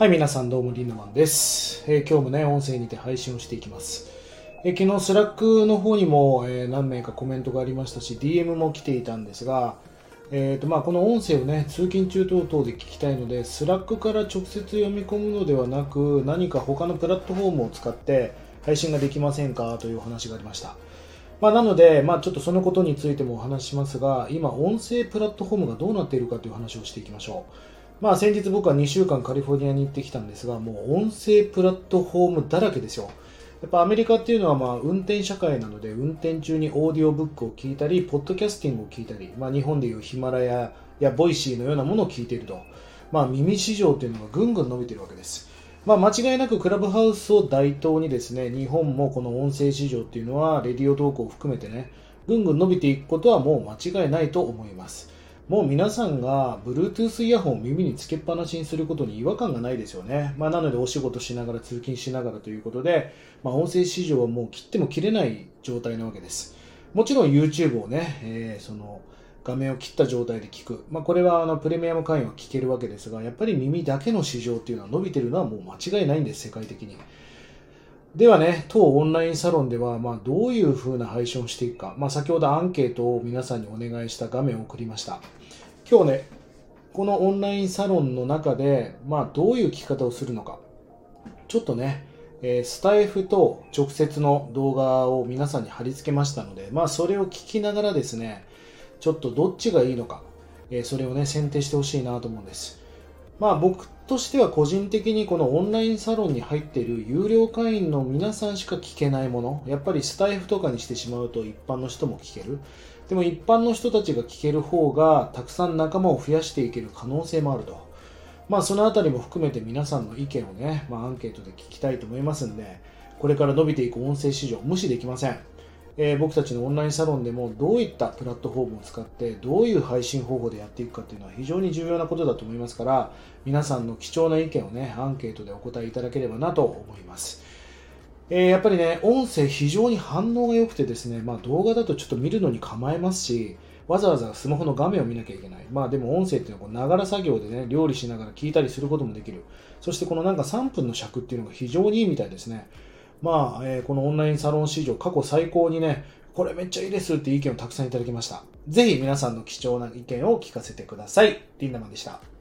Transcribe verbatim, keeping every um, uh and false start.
はい、皆さんどうもリンダマンです。えー今日もね、音声にて配信をしていきます。えー昨日スラックの方にも、えー何名かコメントがありましたし、ディーエム も来ていたんですが、えーとまあ、この音声をね、通勤中等々で聞きたいので、スラックから直接読み込むのではなく、何か他のプラットフォームを使って配信ができませんかというお話がありました。まあ、なので、まあ、ちょっとそのことについてもお話ししますが、今、音声プラットフォームがどうなっているかという話をしていきましょう。まあ、先日僕はにしゅうかんカリフォルニアに行ってきたんですが、もう音声プラットフォームだらけですよ。やっぱアメリカっていうのはまあ運転社会なので、運転中にオーディオブックを聞いたり、ポッドキャスティングを聞いたり、まあ、日本でいうヒマラヤやボイシーのようなものを聞いていると、まあ、耳市場っていうのがぐんぐん伸びているわけです。まあ、間違いなくクラブハウスを台頭にですね、日本もこの音声市場っていうのは、レディオトークを含めてね、ぐんぐん伸びていくことはもう間違いないと思います。もう皆さんが Bluetooth イヤホンを耳につけっぱなしにすることに違和感がないですよね。まあ、なのでお仕事しながら通勤しながらということで、まあ、音声市場はもう切っても切れない状態なわけです。もちろん YouTube をね、えーその画面を切った状態で聞く。まあ、これはあのプレミアム会員は聞けるわけですが、やっぱり耳だけの市場っていうのは伸びてるのはもう間違いないんです、世界的に。ではね、当オンラインサロンでは、まあ、どういう風な配信をしていくか、まあ、先ほどアンケートを皆さんにお願いした画面を送りました。今日ね、このオンラインサロンの中で、まあ、どういう聞き方をするのか、ちょっとね、えースタイフと直接の動画を皆さんに貼り付けましたので、まあ、それを聞きながらですね、ちょっとどっちがいいのか、えーそれをね、選定してほしいなと思うんです。まあ僕としては個人的にこのオンラインサロンに入っている有料会員の皆さんしか聞けないもの、やっぱりスタイフとかにしてしまうと一般の人も聞ける。でも一般の人たちが聞ける方がたくさん仲間を増やしていける可能性もあると。まあそのあたりも含めて皆さんの意見をね、まあアンケートで聞きたいと思いますんで、これから伸びていく音声市場無視できません。えー僕たちのオンラインサロンでもどういったプラットフォームを使ってどういう配信方法でやっていくかというのは非常に重要なことだと思いますから、皆さんの貴重な意見をね、アンケートでお答えいただければなと思います。えーやっぱりね、音声非常に反応が良くてですね、まあ動画だとちょっと見るのに構えますし、わざわざスマホの画面を見なきゃいけない。まあでも音声っていうのはながら作業でね、料理しながら聞いたりすることもできる。そしてこのなんかさんぷんの尺っていうのが非常にいいみたいですね。まあ、えーこのオンラインサロン市場過去最高にね、これめっちゃいいですっていう意見をたくさんいただきました。ぜひ皆さんの貴重な意見を聞かせてください。リンダマンでした。